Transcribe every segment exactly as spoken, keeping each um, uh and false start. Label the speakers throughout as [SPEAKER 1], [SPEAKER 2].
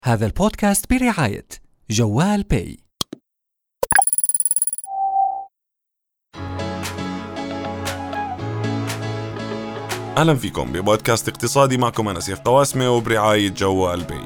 [SPEAKER 1] هذا البودكاست برعاية جوال باي.
[SPEAKER 2] أهلا فيكم ببودكاست اقتصادي، معكم أنا سيف قواسمة وبرعاية جوال باي.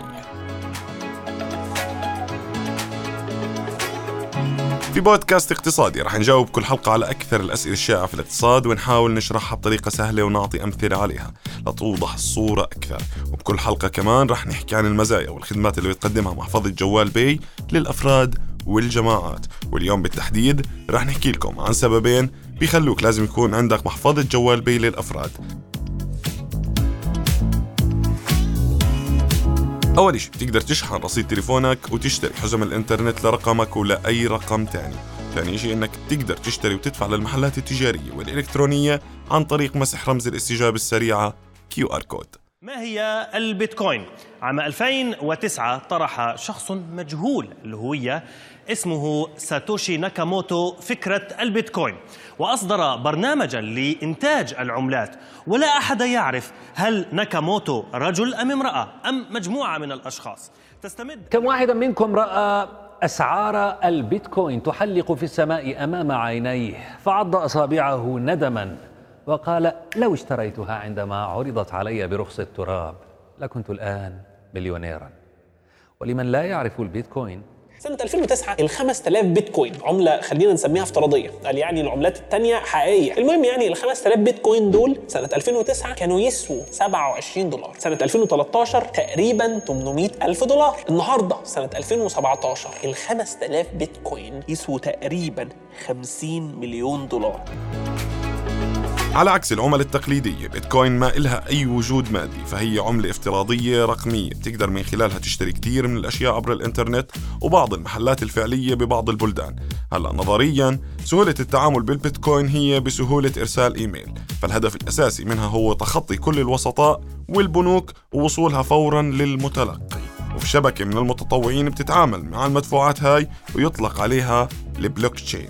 [SPEAKER 2] في بودكاست اقتصادي رح نجاوب كل حلقة على أكثر الأسئلة الشائعة في الاقتصاد، ونحاول نشرحها بطريقة سهلة ونعطي أمثلة عليها لتوضح الصورة أكثر. وبكل حلقة كمان رح نحكي عن المزايا والخدمات اللي بتقدمها محفظة جوال باي للأفراد والجماعات. واليوم بالتحديد رح نحكي لكم عن سببين بيخلوك لازم يكون عندك محفظة جوال باي للأفراد. أول شيء بتقدر تشحن رصيد تليفونك وتشتري حزم الإنترنت لرقمك ولا أي رقم تاني. ثاني شيء إنك تقدر تشتري وتدفع للمحلات التجارية والإلكترونية عن طريق مسح رمز الاستجابة السريعة كيو آر كود.
[SPEAKER 3] ما هي البيتكوين؟ عام ألفين وتسعة طرح شخص مجهول الهوية اسمه ساتوشي ناكاموتو فكرة البيتكوين، وأصدر برنامجاً لإنتاج العملات، ولا أحد يعرف هل ناكاموتو رجل أم امرأة أم مجموعة من الأشخاص تستمد.
[SPEAKER 4] كم واحد منكم رأى أسعار البيتكوين تحلق في السماء أمام عينيه فعض أصابعه ندماً وقال لو اشتريتها عندما عرضت علي برخص التراب لكنت الآن مليونيراً؟ ولمن لا يعرف البيتكوين،
[SPEAKER 5] سنة ألفين وتسعة الخمس آلاف بيتكوين عملة خلينا نسميها افتراضية، قال يعني العملات التانية حقيقية. المهم يعني الخمس آلاف بيتكوين دول سنة ألفين وتسعة كانوا يسووا سبعة وعشرين دولار. سنة ألفين وثلاثة عشر تقريبا ثمانمائة ألف دولار. النهاردة سنة ألفين وسبعة عشر الخمس آلاف بيتكوين يسووا تقريبا خمسين مليون دولار.
[SPEAKER 2] على عكس العملة التقليدية، بيتكوين ما إلها أي وجود مادي، فهي عملة افتراضية رقمية بتقدر من خلالها تشتري كتير من الأشياء عبر الإنترنت وبعض المحلات الفعلية ببعض البلدان. هلأ نظرياً سهولة التعامل بالبيتكوين هي بسهولة إرسال إيميل، فالهدف الأساسي منها هو تخطي كل الوسطاء والبنوك ووصولها فوراً للمتلقي. وفي شبكة من المتطوعين بتتعامل مع المدفوعات هاي ويطلق عليها البلوك تشين.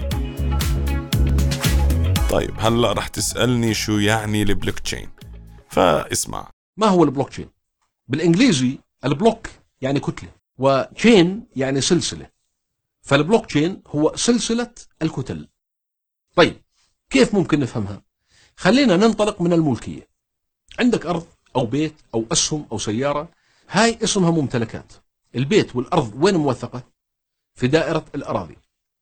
[SPEAKER 2] طيب هلأ رح تسألني شو يعني البلوك تشين، فاسمع.
[SPEAKER 6] ما هو البلوك تشين؟ بالإنجليزي البلوك يعني كتلة، وتشين يعني سلسلة، فالبلوك تشين هو سلسلة الكتل. طيب كيف ممكن نفهمها؟ خلينا ننطلق من الملكية. عندك أرض أو بيت أو أسهم أو سيارة، هاي اسمها ممتلكات. البيت والأرض وين موثقة؟ في دائرة الأراضي.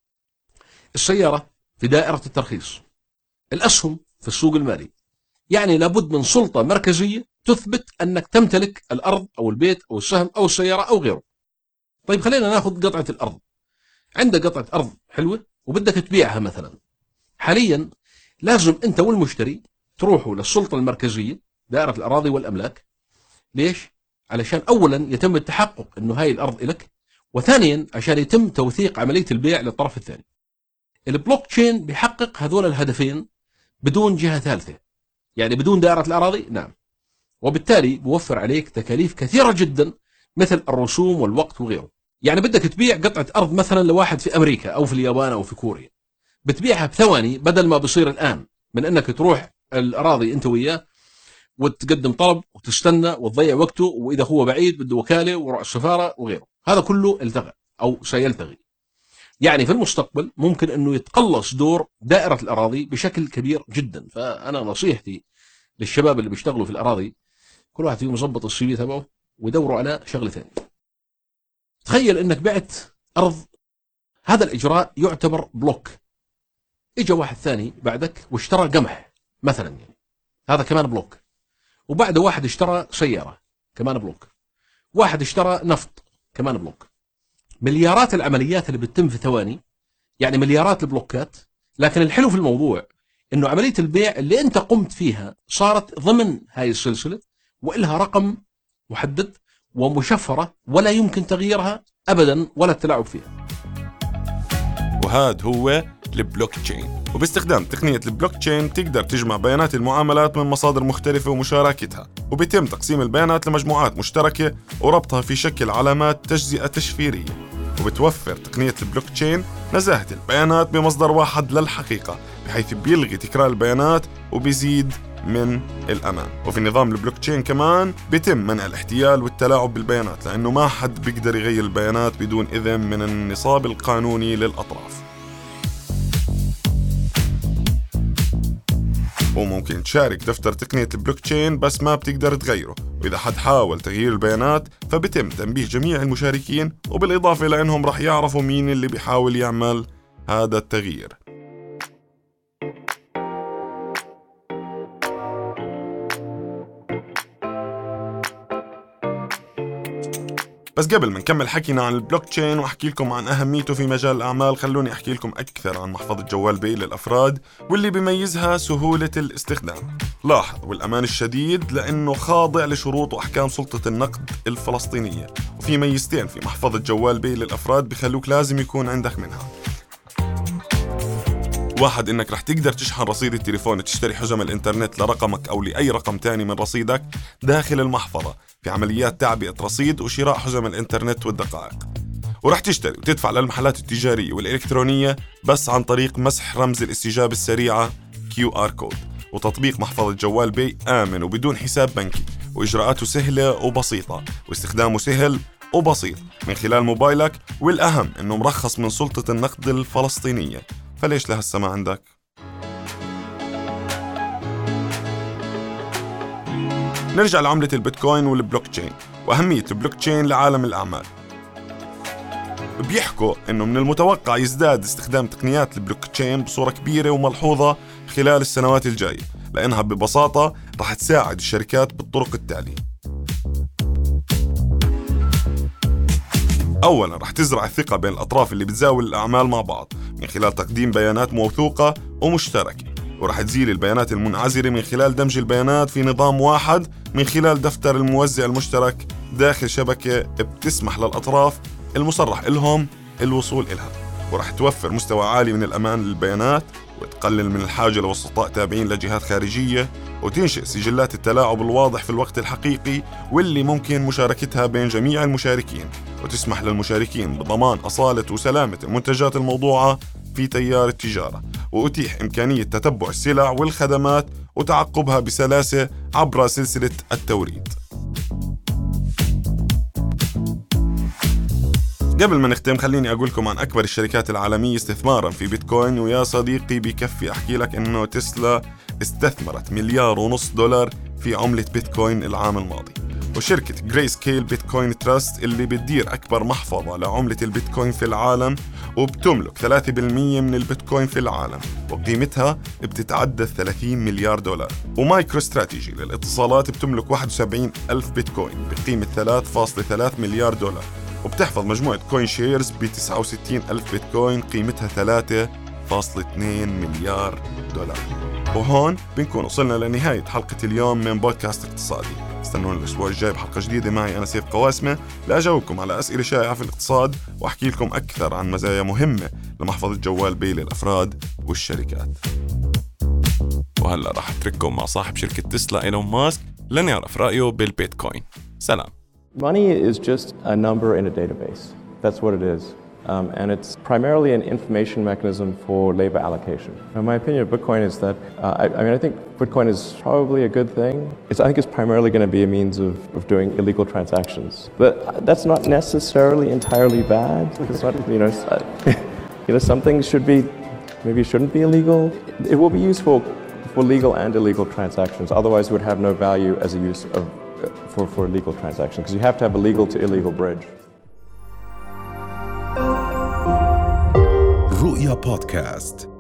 [SPEAKER 6] السيارة في دائرة الترخيص. الأسهم في السوق المالي. يعني لابد من سلطة مركزية تثبت أنك تمتلك الأرض أو البيت أو السهم أو السيارة أو غيره. طيب خلينا ناخذ قطعة الأرض. عندك قطعة أرض حلوة وبدك تبيعها مثلا. حاليا لازم أنت والمشتري تروحوا للسلطة المركزية دائرة الأراضي والأملاك. ليش؟ علشان أولا يتم التحقق أنه هاي الأرض إلك، وثانيا عشان يتم توثيق عملية البيع للطرف الثاني. البلوك تشين بيحقق هذول الهدفين بدون جهة ثالثة، يعني بدون دائرة الأراضي. نعم. وبالتالي بوفر عليك تكاليف كثيرة جدا مثل الرسوم والوقت وغيره. يعني بدك تبيع قطعة أرض مثلا لواحد في أمريكا أو في اليابان أو في كوريا، بتبيعها بثواني بدل ما بصير الآن من أنك تروح الأراضي أنت وياه وتقدم طلب وتستنى وتضيع وقته، وإذا هو بعيد بده وكالة وروح السفارة وغيره. هذا كله التغى أو سيلتغي. يعني في المستقبل ممكن أنه يتقلص دور دائرة الأراضي بشكل كبير جدا. فأنا نصيحتي للشباب اللي بيشتغلوا في الأراضي، كل واحد فيهم يضبط السي في تبعه ويدوروا على شغلة ثانية. تخيل أنك بعت أرض، هذا الإجراء يعتبر بلوك. إجا واحد ثاني بعدك واشترى قمح مثلا، يعني هذا كمان بلوك. وبعده واحد اشترى سيارة كمان بلوك. واحد اشترى نفط كمان بلوك. مليارات العمليات اللي بتتم في ثواني، يعني مليارات البلوكات. لكن الحلو في الموضوع انه عملية البيع اللي انت قمت فيها صارت ضمن هاي السلسلة وإلها رقم محدد ومشفرة ولا يمكن تغييرها ابدا ولا التلاعب فيها.
[SPEAKER 2] وهذا هو البلوك تشين. وباستخدام تقنية البلوك تشين تقدر تجمع بيانات المعاملات من مصادر مختلفة ومشاركتها، وبيتم تقسيم البيانات لمجموعات مشتركة وربطها في شكل علامات تجزئة تشفيرية. وبتوفر تقنية البلوك تشين نزاهة البيانات بمصدر واحد للحقيقة، بحيث بيلغي تكرار البيانات وبيزيد من الأمان. وفي نظام البلوك تشين كمان بيتم منع الاحتيال والتلاعب بالبيانات، لأنه ما حد بيقدر يغير البيانات بدون إذن من النصاب القانوني للأطراف. وممكن تشارك دفتر تقنية البلوك تشين بس ما بتقدر تغيره، وإذا حد حاول تغيير البيانات فبتم تنبيه جميع المشاركين، وبالإضافة لأنهم رح يعرفوا مين اللي بيحاول يعمل هذا التغيير. بس قبل ما نكمل حكينا عن البلوك تشين وأحكي لكم عن أهميته في مجال الأعمال، خلوني أحكي لكم أكثر عن محفظة جوال باي للأفراد واللي بيميزها سهولة الاستخدام. لاحظ والأمان الشديد لأنه خاضع لشروط وأحكام سلطة النقد الفلسطينية، وفي ميزتين في محفظة جوال باي للأفراد بخلوك لازم يكون عندك منها. واحد، إنك رح تقدر تشحن رصيد التليفون تشتري حجم الإنترنت لرقمك أو لأي رقم تاني من رصيدك داخل المحفظة في عمليات تعبئة رصيد وشراء حجم الإنترنت والدقائق. ورح تشتري وتدفع للمحلات التجارية والإلكترونية بس عن طريق مسح رمز الاستجابة السريعة كيو آر كود. وتطبيق محفظة جوال باي آمن وبدون حساب بنكي، وإجراءاته سهلة وبسيطة، واستخدامه سهل وبسيط من خلال موبايلك، والأهم إنه مرخص من سلطة النقد الفلسطينية. فليش لهسه ما عندك؟ نرجع لعملة البيتكوين والبلوك تشين وأهمية البلوك تشين لعالم الأعمال. بيحكوا إنه من المتوقع يزداد استخدام تقنيات البلوك تشين بصورة كبيرة وملحوظة خلال السنوات الجاية، لأنها ببساطة رح تساعد الشركات بالطرق التالية. أولاً رح تزرع الثقة بين الأطراف اللي بتزاول الأعمال مع بعض من خلال تقديم بيانات موثوقة ومشتركة، ورح تزيل البيانات المنعزلة من خلال دمج البيانات في نظام واحد من خلال دفتر الموزع المشترك داخل شبكة بتسمح للأطراف المصرح لهم الوصول إلها. ورح توفر مستوى عالي من الأمان للبيانات، وتقلل من الحاجة لوسطاء تابعين لجهات خارجية، وتنشئ سجلات التلاعب الواضح في الوقت الحقيقي واللي ممكن مشاركتها بين جميع المشاركين، وتسمح للمشاركين بضمان أصالة وسلامة المنتجات الموضوعة في تيار التجارة، وأتيح إمكانية تتبع السلع والخدمات وتعقبها بسلاسة عبر سلسلة التوريد. قبل ما نختم خليني أقولكم عن أكبر الشركات العالمية استثماراً في بيتكوين، ويا صديقي بكفي أحكي لك إنه تسلا استثمرت مليار ونص دولار في عملة بيتكوين العام الماضي. وشركة جراي سكيل بيتكوين تراست اللي بتدير أكبر محفظة لعملة البيتكوين في العالم وبتملك ثلاثة بالمئة من البيتكوين في العالم، وقيمتها بتتعدى ثلاثين مليار دولار. ومايكرو استراتيجي للاتصالات بتملك واحد وسبعين ألف بيتكوين بقيمة ثلاثة فاصلة ثلاثة مليار دولار، وبتحفظ مجموعة كوين شيرز ب تسعة وستين ألف بيتكوين قيمتها ثلاثة فاصلة اثنين مليار دولار. وهون بنكون وصلنا لنهاية حلقة اليوم من بودكاست اقتصادي. استنونا الأسبوع الجاي بحلقة جديدة معي أنا سيف قواسمة لأجاوبكم على أسئلة شائعة في الاقتصاد وأحكي لكم أكثر عن مزايا مهمة لمحفظة جوال باي للأفراد والشركات.
[SPEAKER 7] وهلأ راح أترككم مع صاحب شركة تسلا إيلون ماسك لنعرف رأيه بالبيتكوين. سلام.
[SPEAKER 8] Money is just a number in a database. That's what it is. Um, and it's primarily an information mechanism for labor allocation. In my opinion, Bitcoin is that, uh, I, I mean, I think Bitcoin is probably a good thing. It's, I think it's primarily going to be a means of, of doing illegal transactions. But that's not necessarily entirely bad. It's not, you know, you know, some things should be, maybe shouldn't be illegal. It will be used for, for legal and illegal transactions. Otherwise, it would have no value as a use of For, for a legal transaction, because you have to have a legal to illegal bridge.
[SPEAKER 9] رؤيا بودكاست.